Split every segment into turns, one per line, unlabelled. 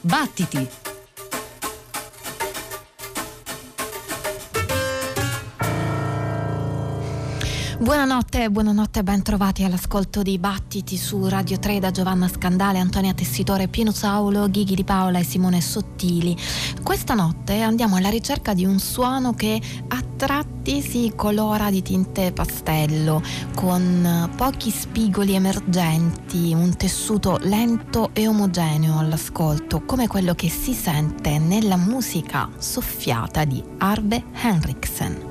Battiti!
Buonanotte, ben trovati all'ascolto di Battiti su Radio 3 da Giovanna Scandale, Antonia Tessitore, Pino Saulo, Ghighi Di Paola e Simone Sottili. Questa notte andiamo alla ricerca di un suono che a tratti si colora di tinte pastello, con pochi spigoli emergenti, un tessuto lento e omogeneo all'ascolto, come quello che si sente nella musica soffiata di Arve Henriksen.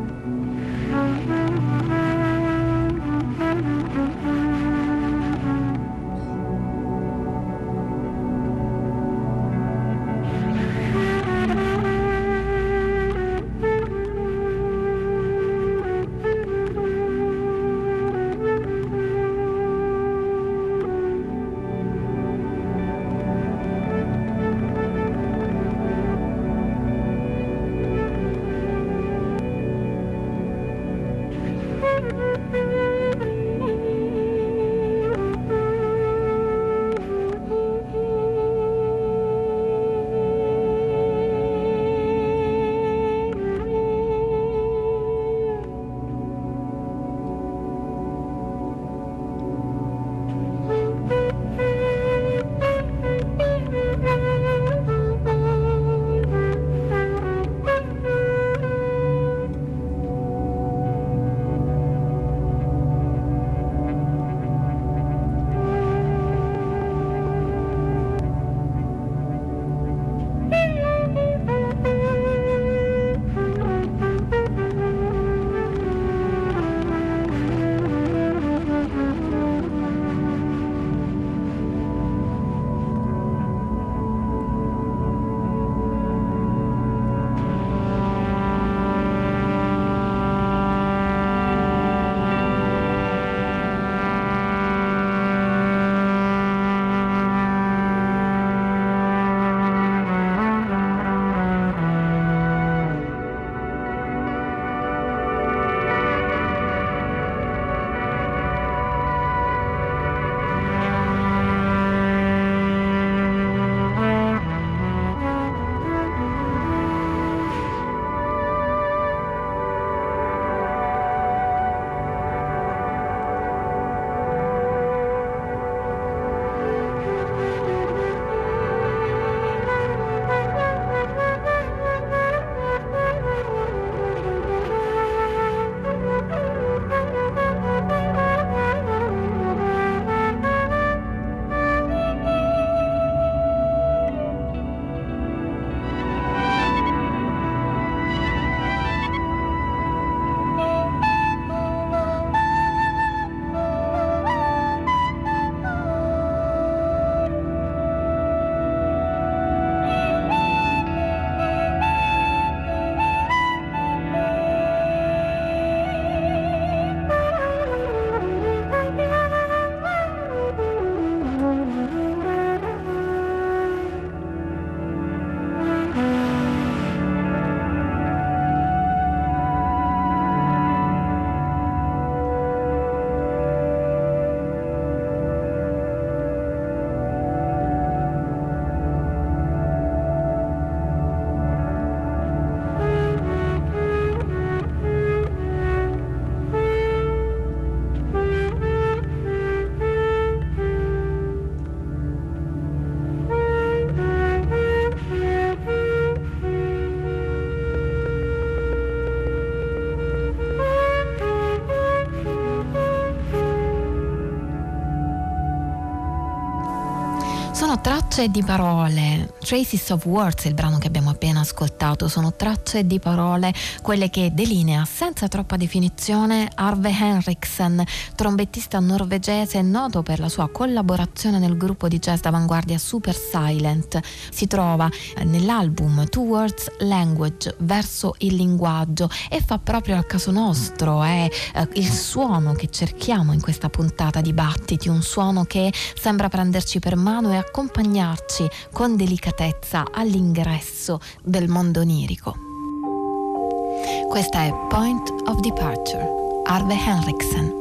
Sono tracce di parole, Traces of Words, il brano che abbiamo appena ascoltato, sono tracce di parole, quelle che delinea senza troppa definizione Arve Henriksen, trombettista norvegese noto per la sua collaborazione nel gruppo di jazz d'avanguardia Super Silent. Si trova nell'album Towards Language, verso il linguaggio, e fa proprio al caso nostro, è il suono che cerchiamo in questa puntata di Battiti, un suono che sembra prenderci per mano e accompagnarci con delicatezza all'ingresso del mondo onirico. Questa è Point of Departure, Arve Henriksen.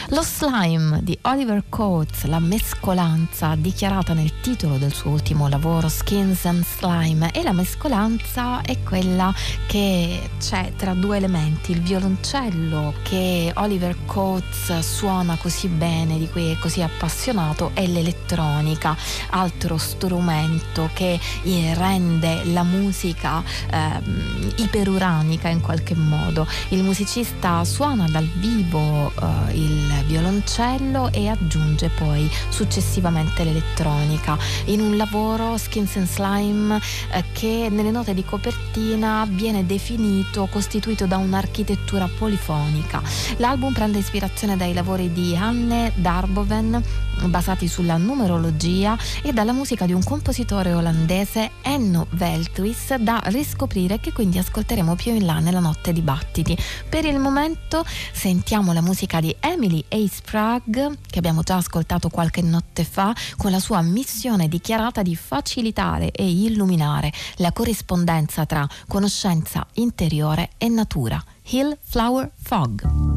Lo slime di Oliver Coates, la mescolanza dichiarata nel titolo del suo ultimo lavoro Skins and Slime, e la mescolanza è quella che c'è tra due elementi: il violoncello che Oliver Coates suona così bene, di cui è così appassionato, e l'elettronica, altro strumento che rende la musica iperuranica in qualche modo. Il musicista suona dal vivo il violoncello e aggiunge poi successivamente l'elettronica in un lavoro, Skins and Slime, che nelle note di copertina viene definito costituito da un'architettura polifonica. L'album prende ispirazione dai lavori di Anne Darboven, basati sulla numerologia, e dalla musica di un compositore olandese, Enno Velthuis, da riscoprire, che quindi ascolteremo più in là nella notte di battiti. Per il momento sentiamo la musica di Emily A. Sprague, che abbiamo già ascoltato qualche notte fa, con la sua missione dichiarata di facilitare e illuminare la corrispondenza tra conoscenza interiore e natura. Hill Flower Fog.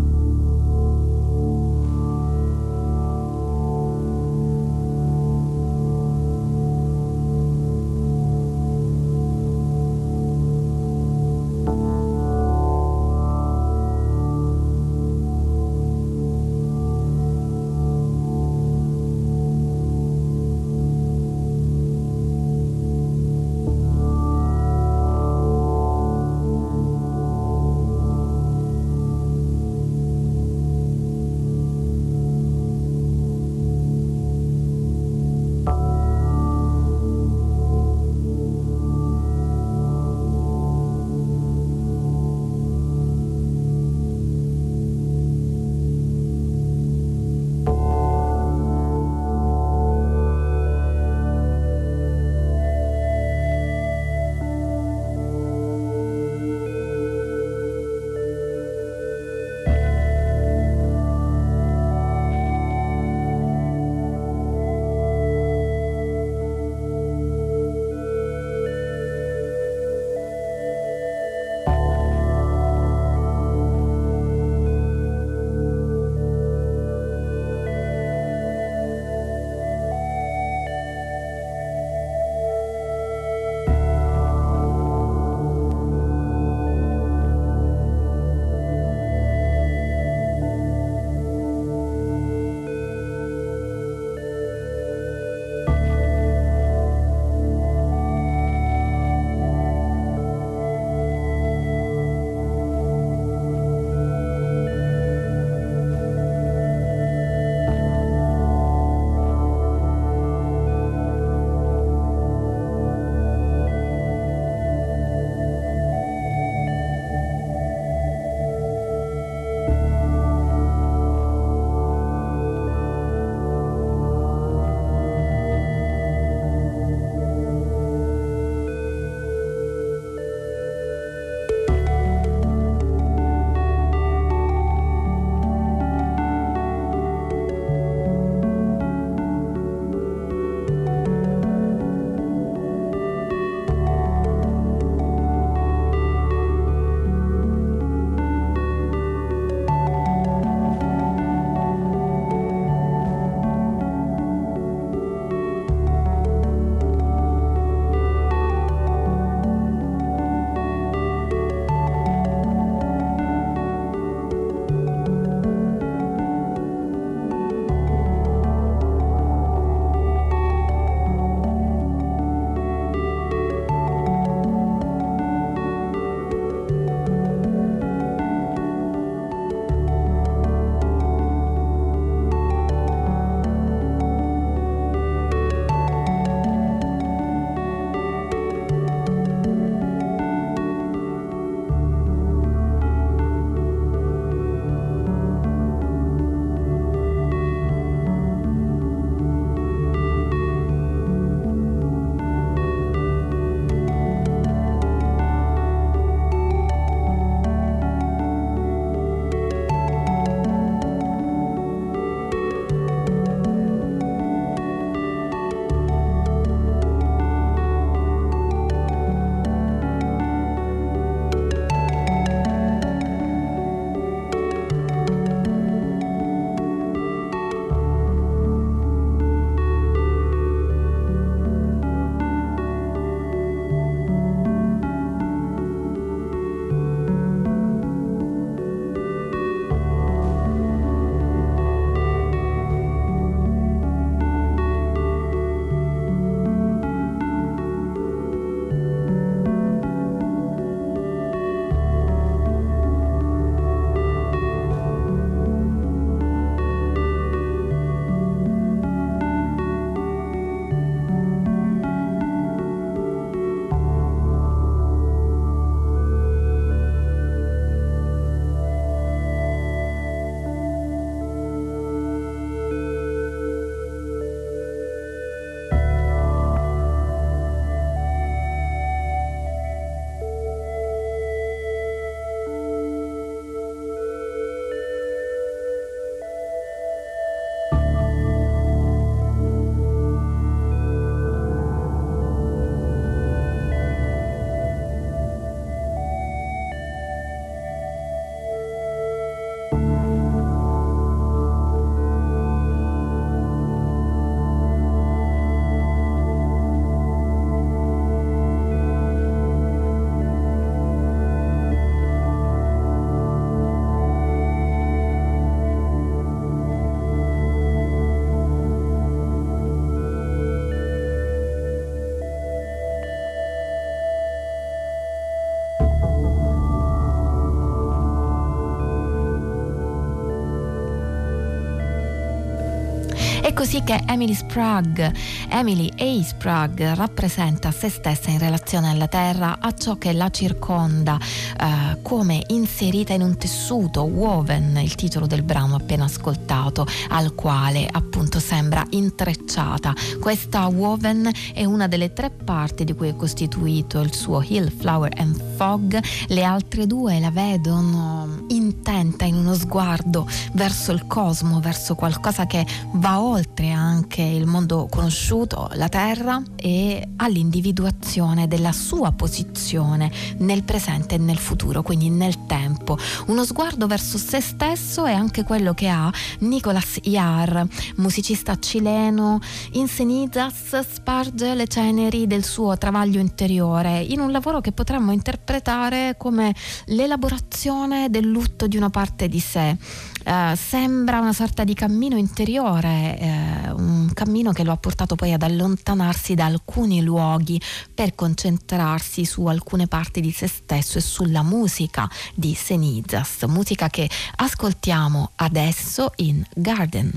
È così che Emily A. Sprague rappresenta se stessa in relazione alla terra, a ciò che la circonda, come inserita in un tessuto, woven, il titolo del brano appena ascoltato, al quale appunto sembra intrecciata. Questa woven è una delle 3 parti di cui è costituito il suo Hill, Flower and Fog. Le altre 2 la vedono intenta in uno sguardo verso il cosmo, verso qualcosa che va oltre anche il mondo conosciuto, la terra, e all'individuazione della sua posizione nel presente e nel futuro, quindi nel tempo. Uno sguardo verso se stesso è anche quello che ha Nicolas Jaar, musicista cileno. In Cenizas sparge le ceneri del suo travaglio interiore in un lavoro che potremmo interpretare come l'elaborazione del lutto di una parte di sé. Sembra una sorta di cammino interiore, un cammino che lo ha portato poi ad allontanarsi da alcuni luoghi per concentrarsi su alcune parti di se stesso e sulla musica di Cenizas, musica che ascoltiamo adesso in Garden.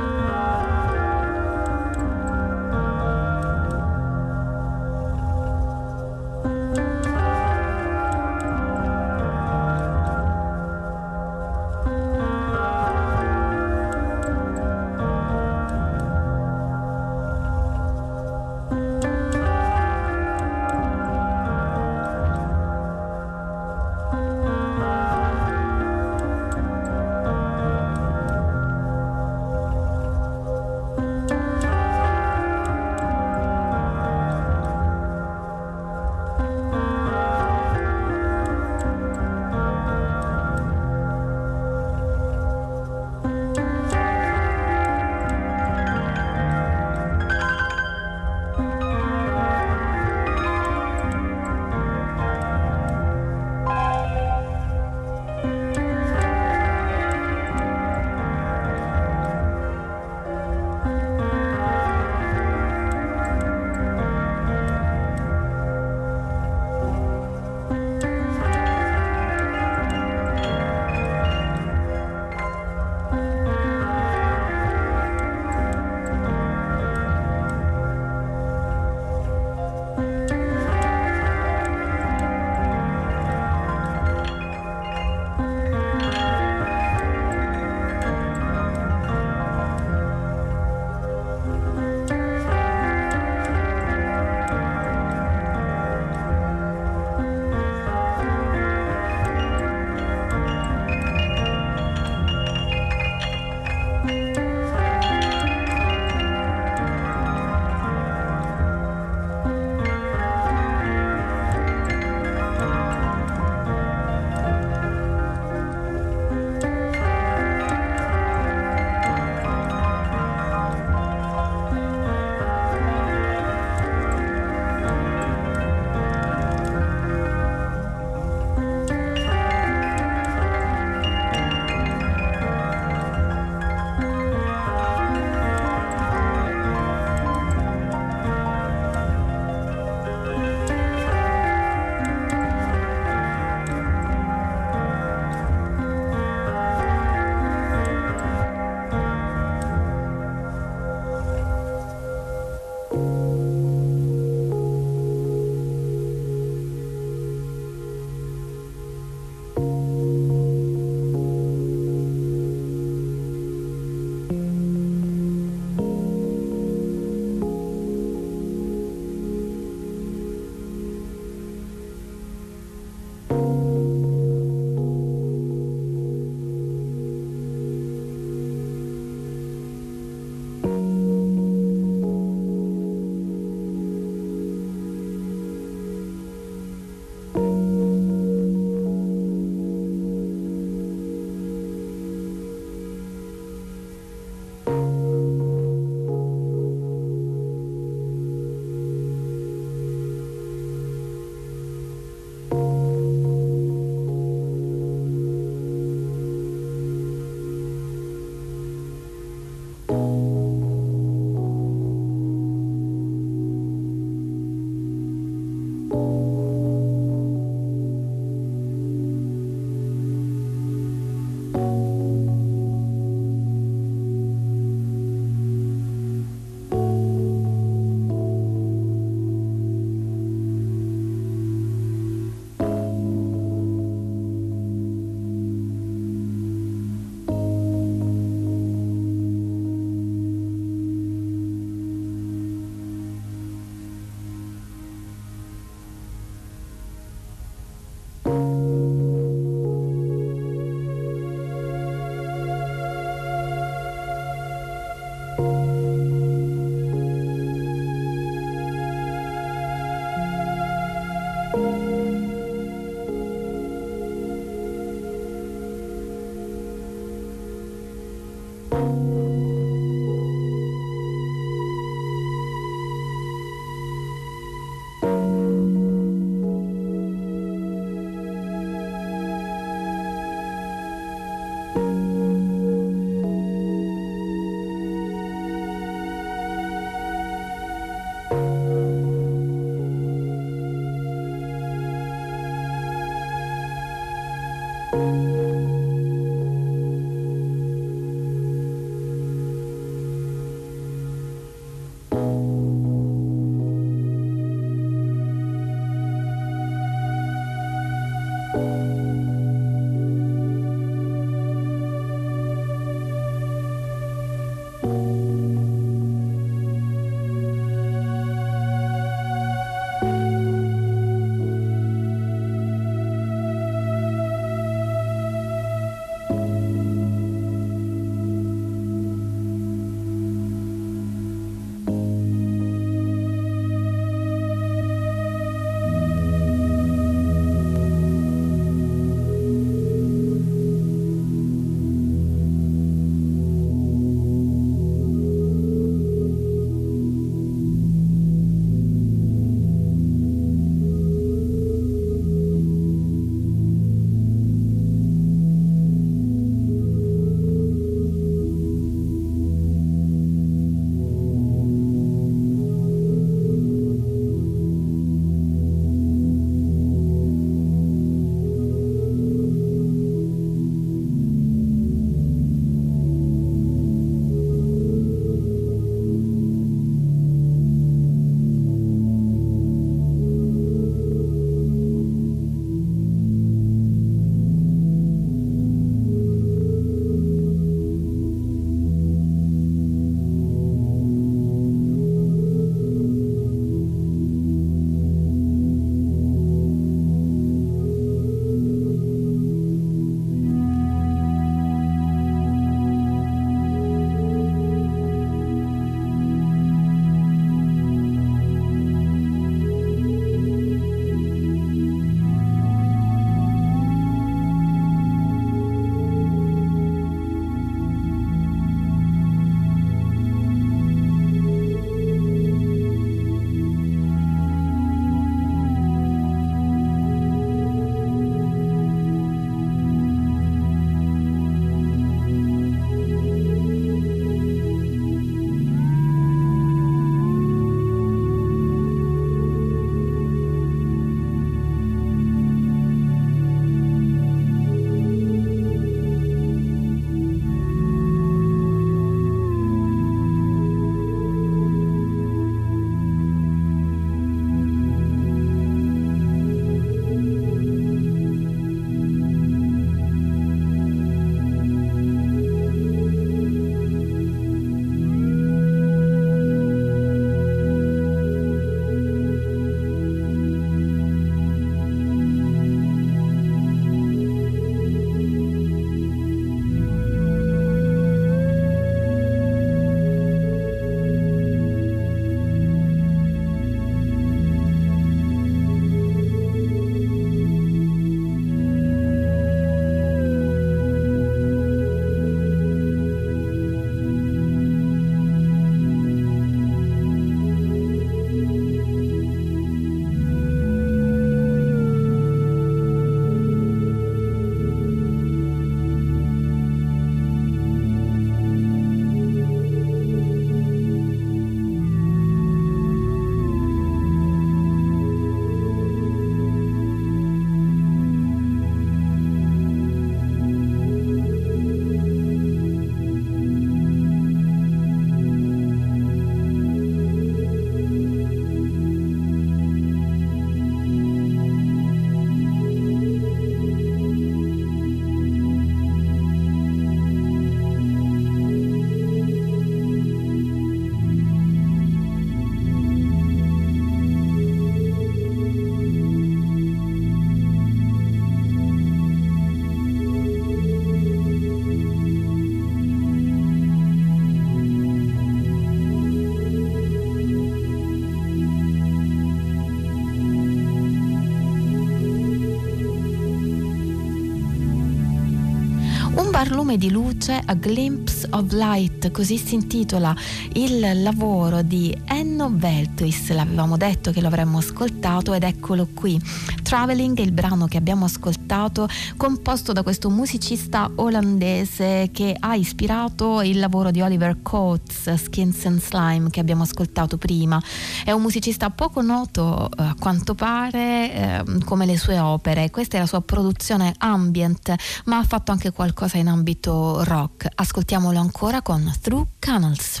barlume di luce, A Glimpse of Light, così si intitola il lavoro di Enno Velthuis. L'avevamo detto che lo avremmo ascoltato ed eccolo qui. Traveling è il brano che abbiamo ascoltato, composto da questo musicista olandese che ha ispirato il lavoro di Oliver Coates, Skins and Slime, che abbiamo ascoltato prima. È un musicista poco noto a quanto pare come le sue opere. Questa è la sua produzione ambient, ma ha fatto anche qualcosa in ambito rock. Ascoltiamolo ancora con Through Canals.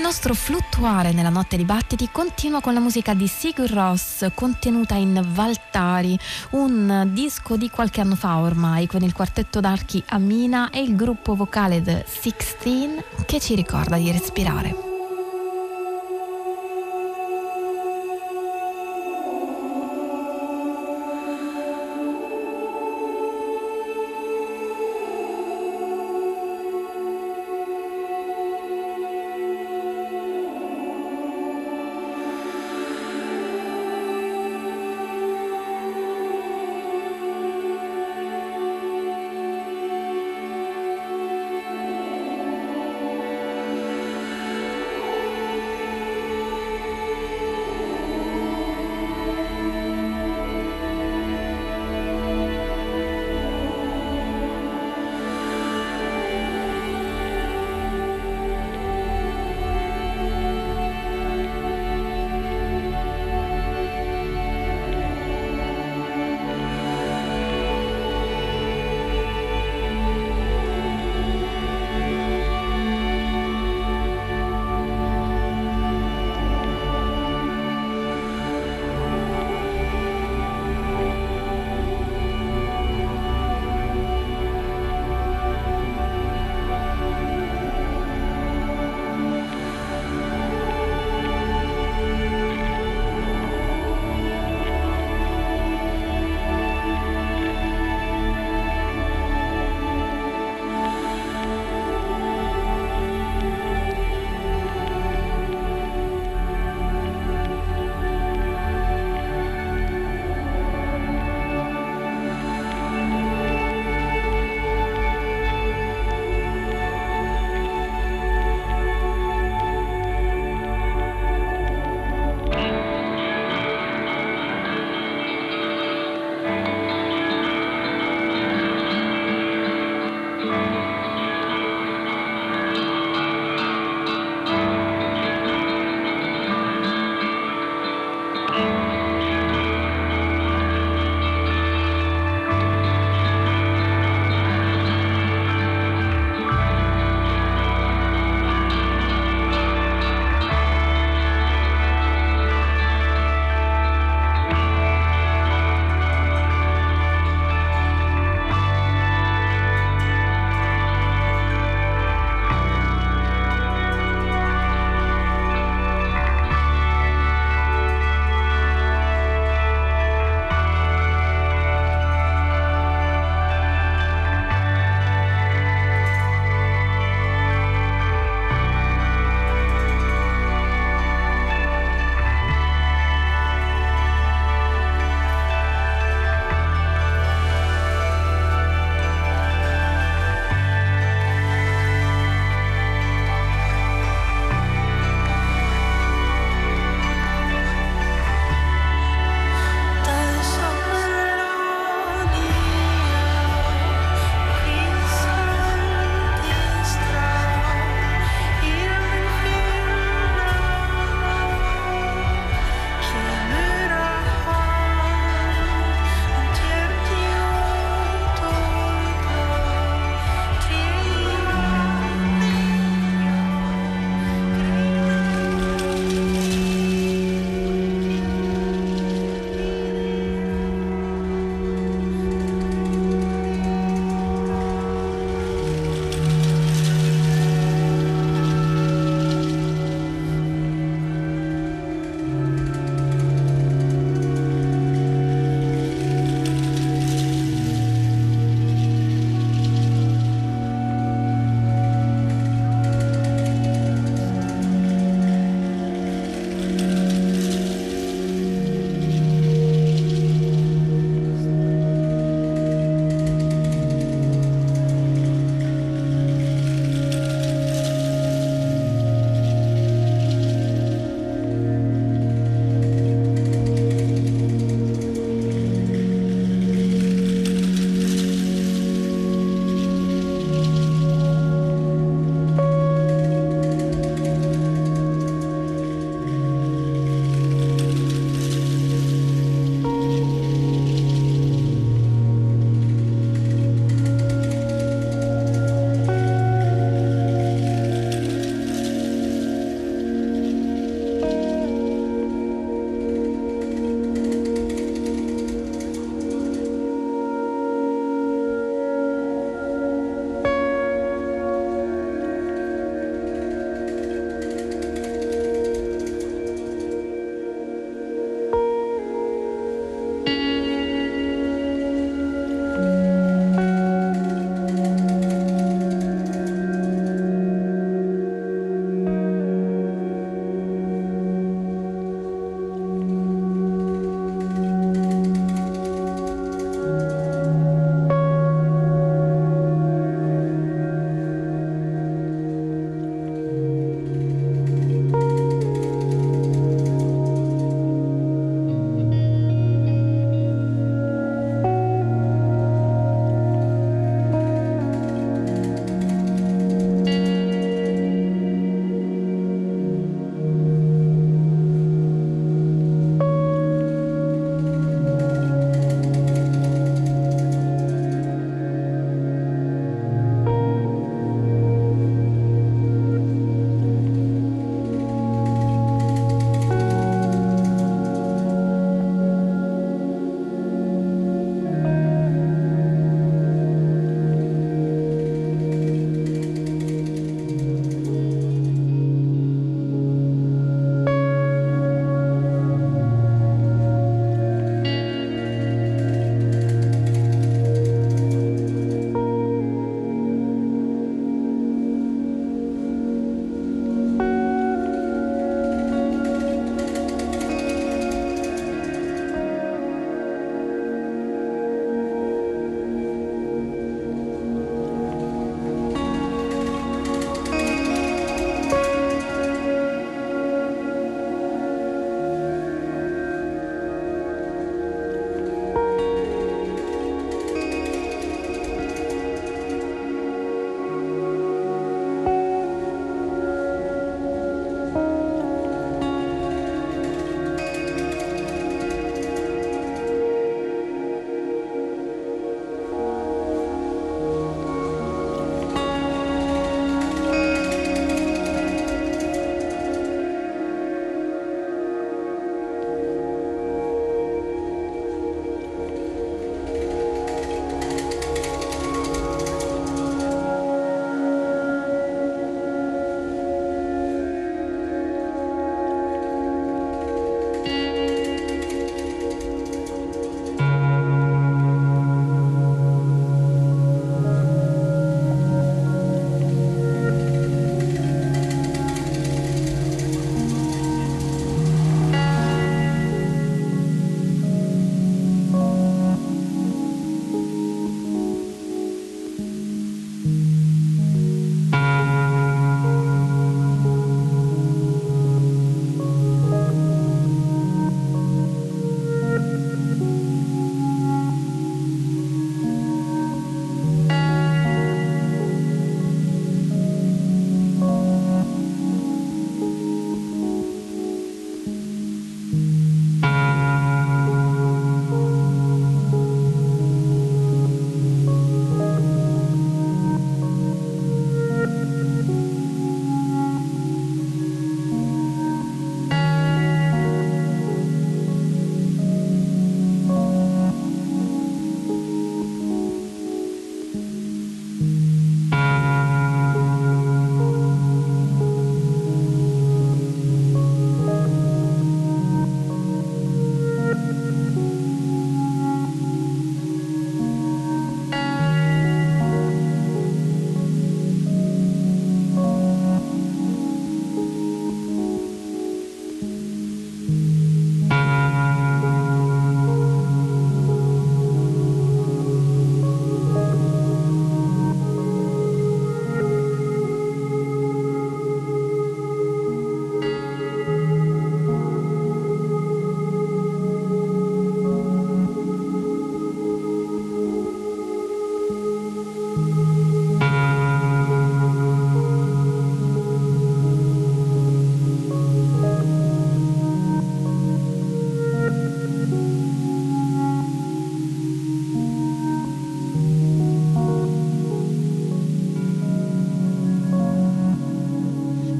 nostro fluttuare nella notte di battiti continua con la musica di Sigur Rós, contenuta in Valtari, un disco di qualche anno fa ormai, con il quartetto d'archi Amina e il gruppo vocale The Sixteen, che ci ricorda di respirare.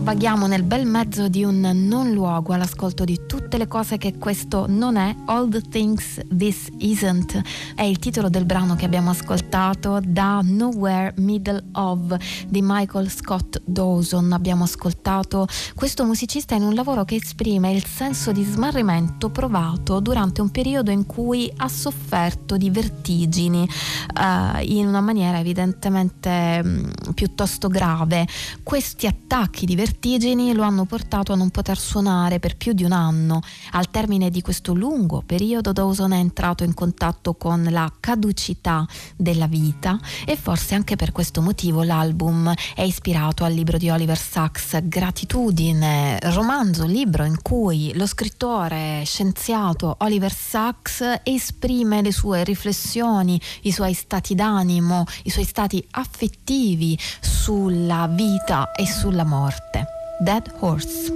vaghiamo nel bel mezzo di un non luogo all'ascolto di tutte le cose che questo non è. All the Things This Isn't è il titolo del brano che abbiamo ascoltato da Nowhere Middle of di Michael Scott Dawson. Abbiamo ascoltato questo musicista in un lavoro che esprime il senso di smarrimento provato durante un periodo in cui ha sofferto di vertigini in una maniera evidentemente piuttosto grave. Questi attacchi di vertigini lo hanno portato a non poter suonare per più di un anno. Al termine di questo lungo periodo Dawson è entrato in contatto con la caducità della vita e forse anche per questo motivo l'album è ispirato al libro di Oliver Sacks, Gratitudine, romanzo, libro in cui lo scrittore scienziato Oliver Sacks esprime le sue riflessioni, i suoi stati d'animo, i suoi stati affettivi sulla vita e sulla morte. Dead Horse.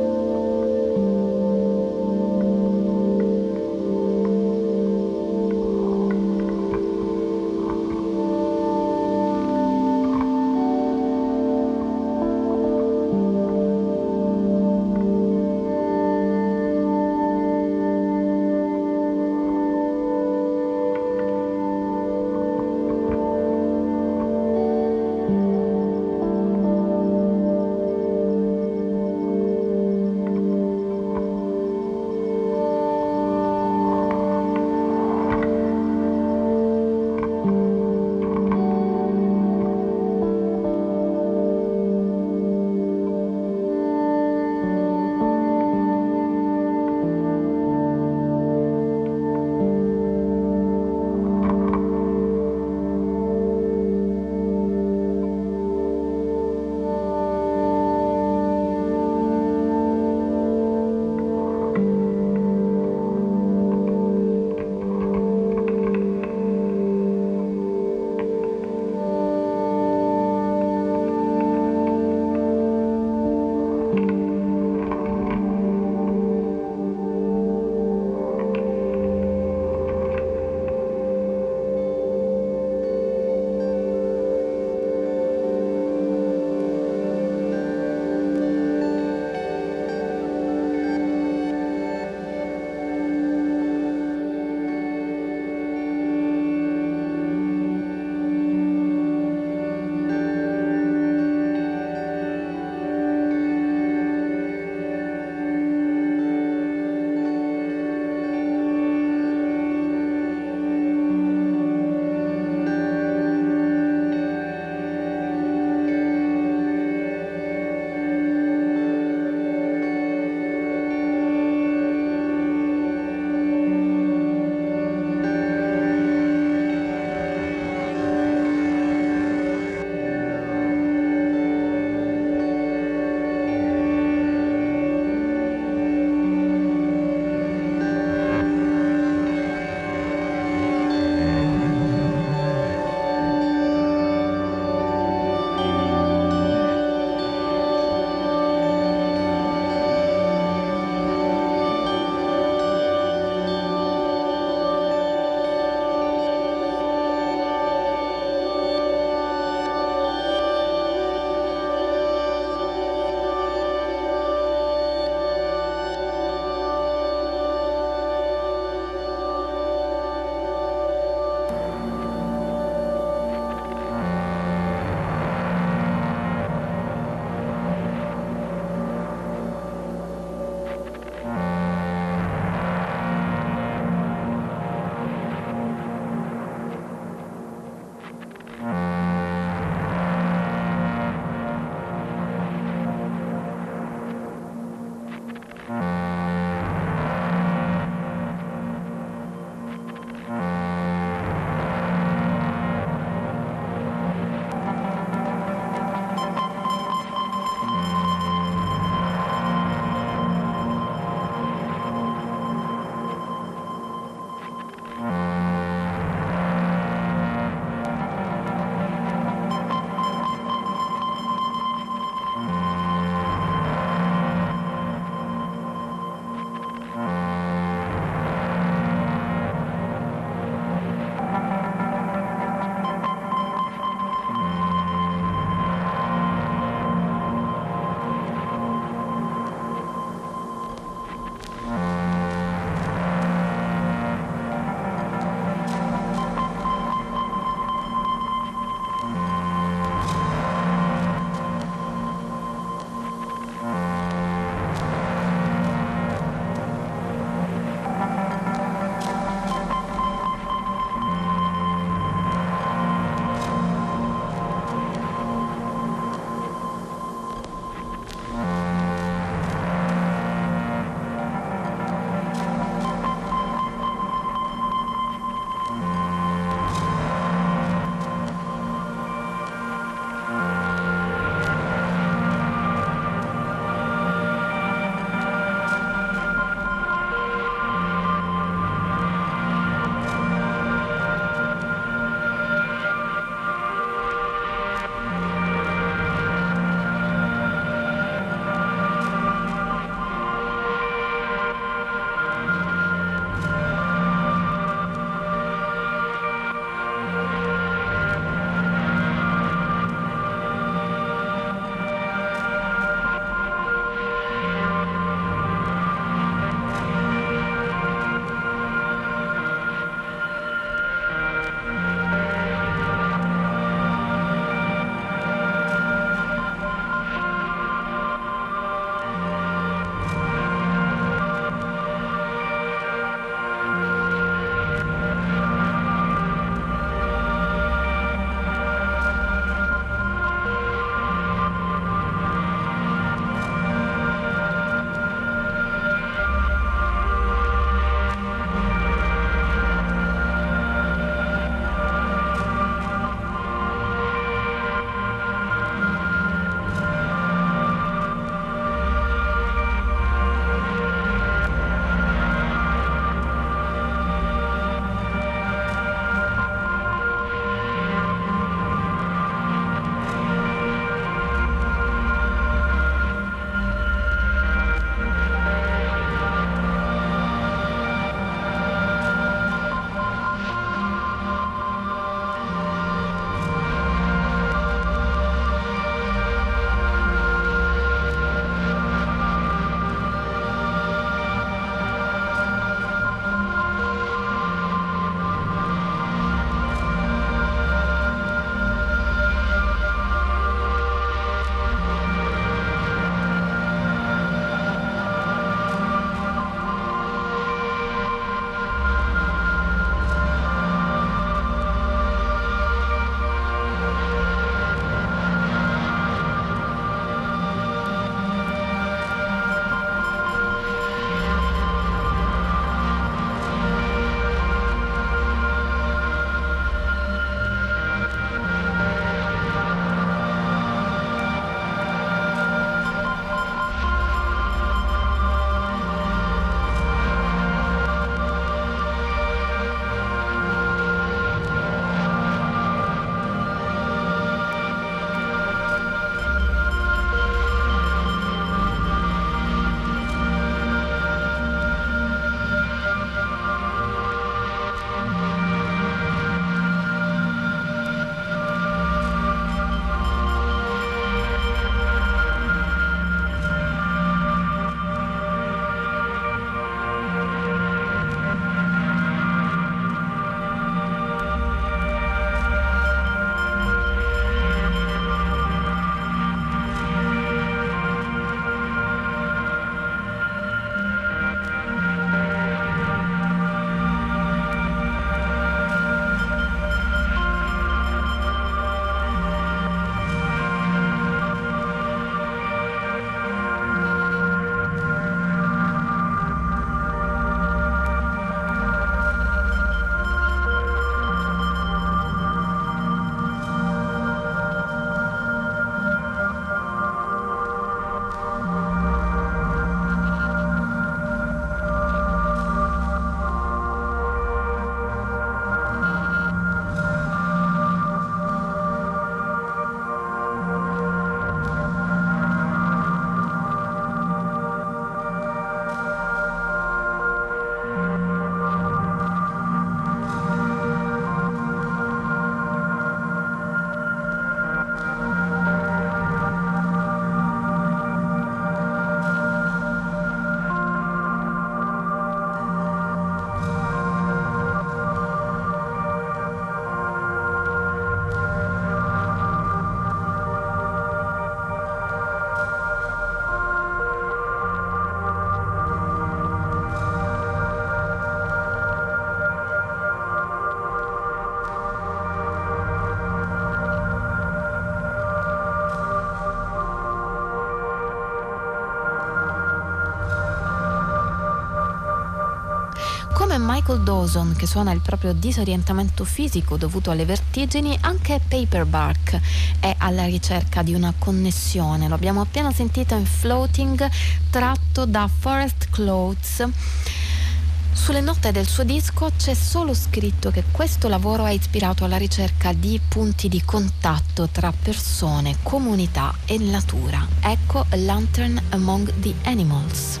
Come Michael Dawson, che suona il proprio disorientamento fisico dovuto alle vertigini, anche Paperback è alla ricerca di una connessione. Lo abbiamo appena sentito in Floating, tratto da Forest Clothes. Sulle note del suo disco c'è solo scritto che questo lavoro è ispirato alla ricerca di punti di contatto tra persone, comunità e natura. Ecco Lantern Among the Animals.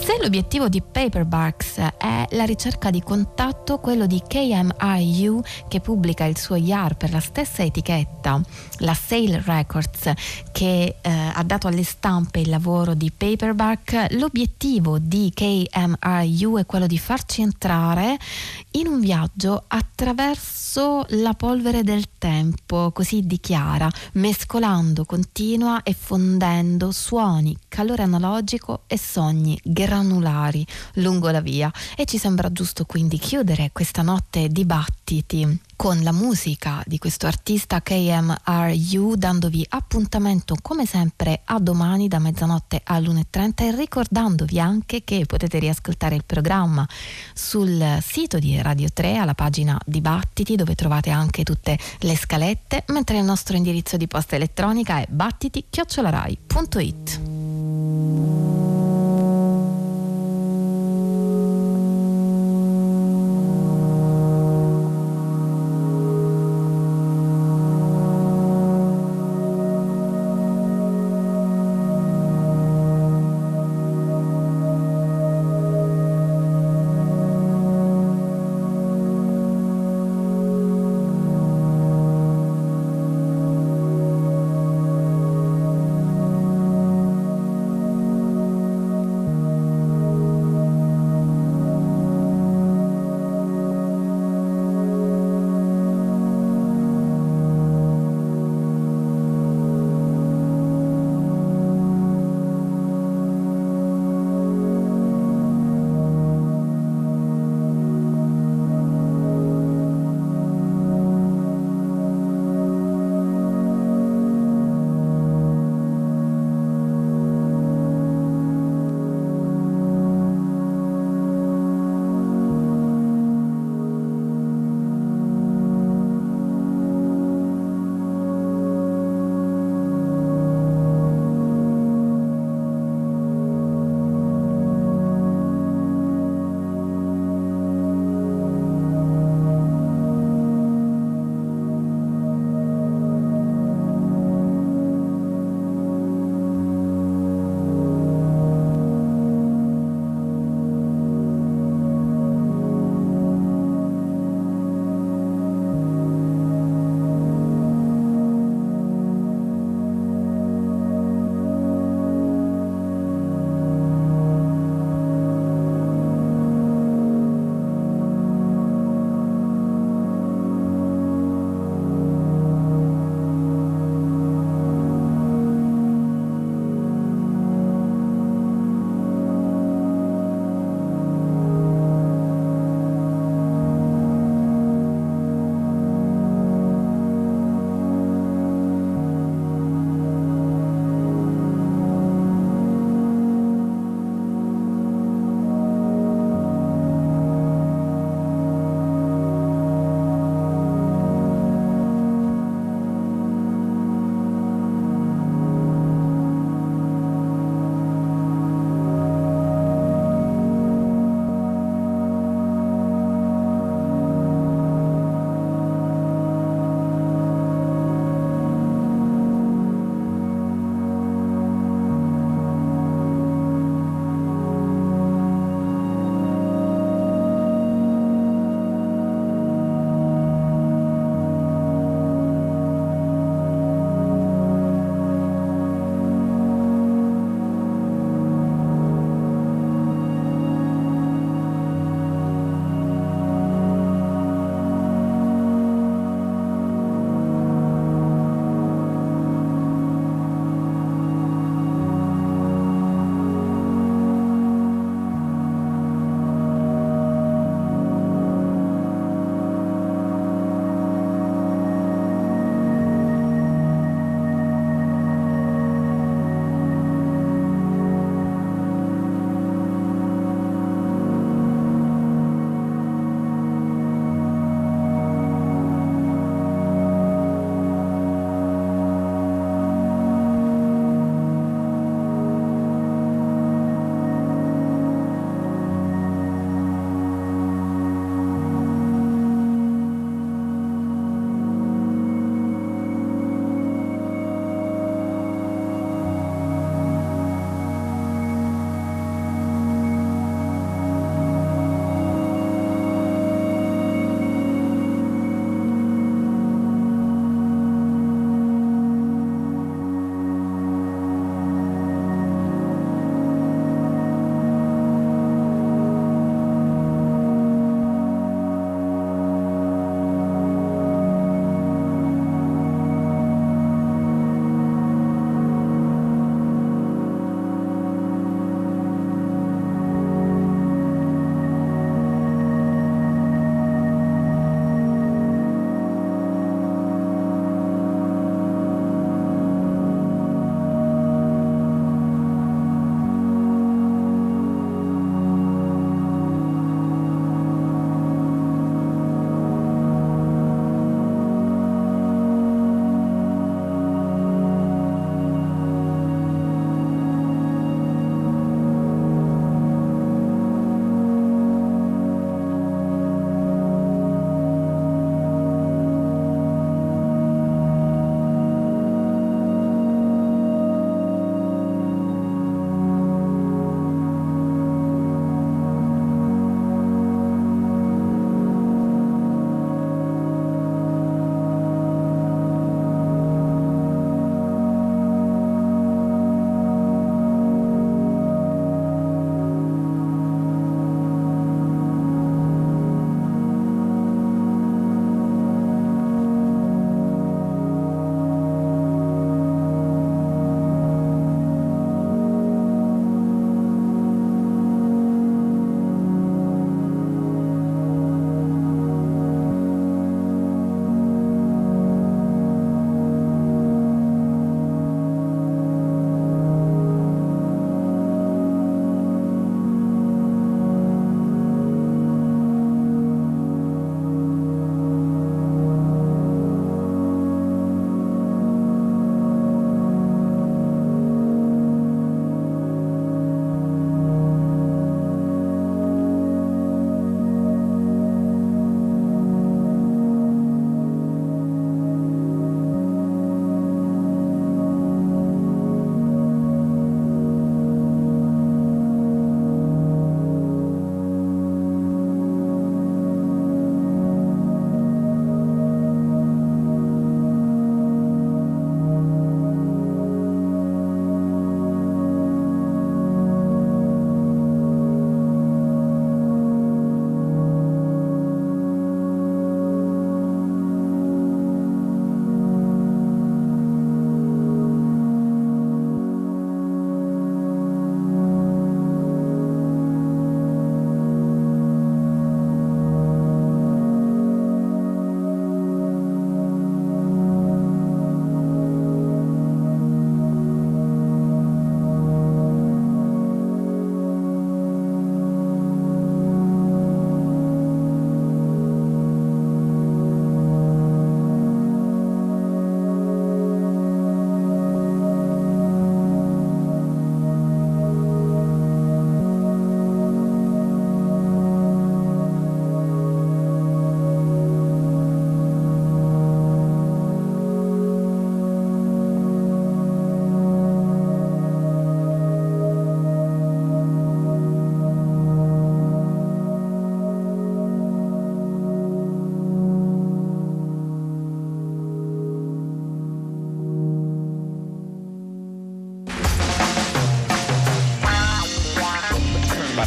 Se l'obiettivo di Paperbacks è la ricerca di contatto, quello di KMRU, che pubblica il suo YAR per la stessa etichetta, la Sale Records, che ha dato alle stampe il lavoro di Paperback, l'obiettivo di KMRU è quello di farci entrare in un viaggio attraverso la polvere del tempo, così dichiara, mescolando continua e fondendo suoni, calore analogico e sogni granulari lungo la via. E ci sembra giusto quindi chiudere questa notte di battiti con la musica di questo artista KMRU, dandovi appuntamento come sempre a domani da mezzanotte all'1:30 e ricordandovi anche che potete riascoltare il programma sul sito di Radio 3 alla pagina Dibattiti, dove trovate anche tutte le scalette, mentre il nostro indirizzo di posta elettronica è battiti@rai.it.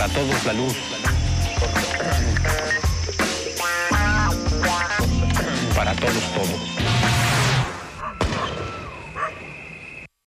Para todos la luz. Para todos todo.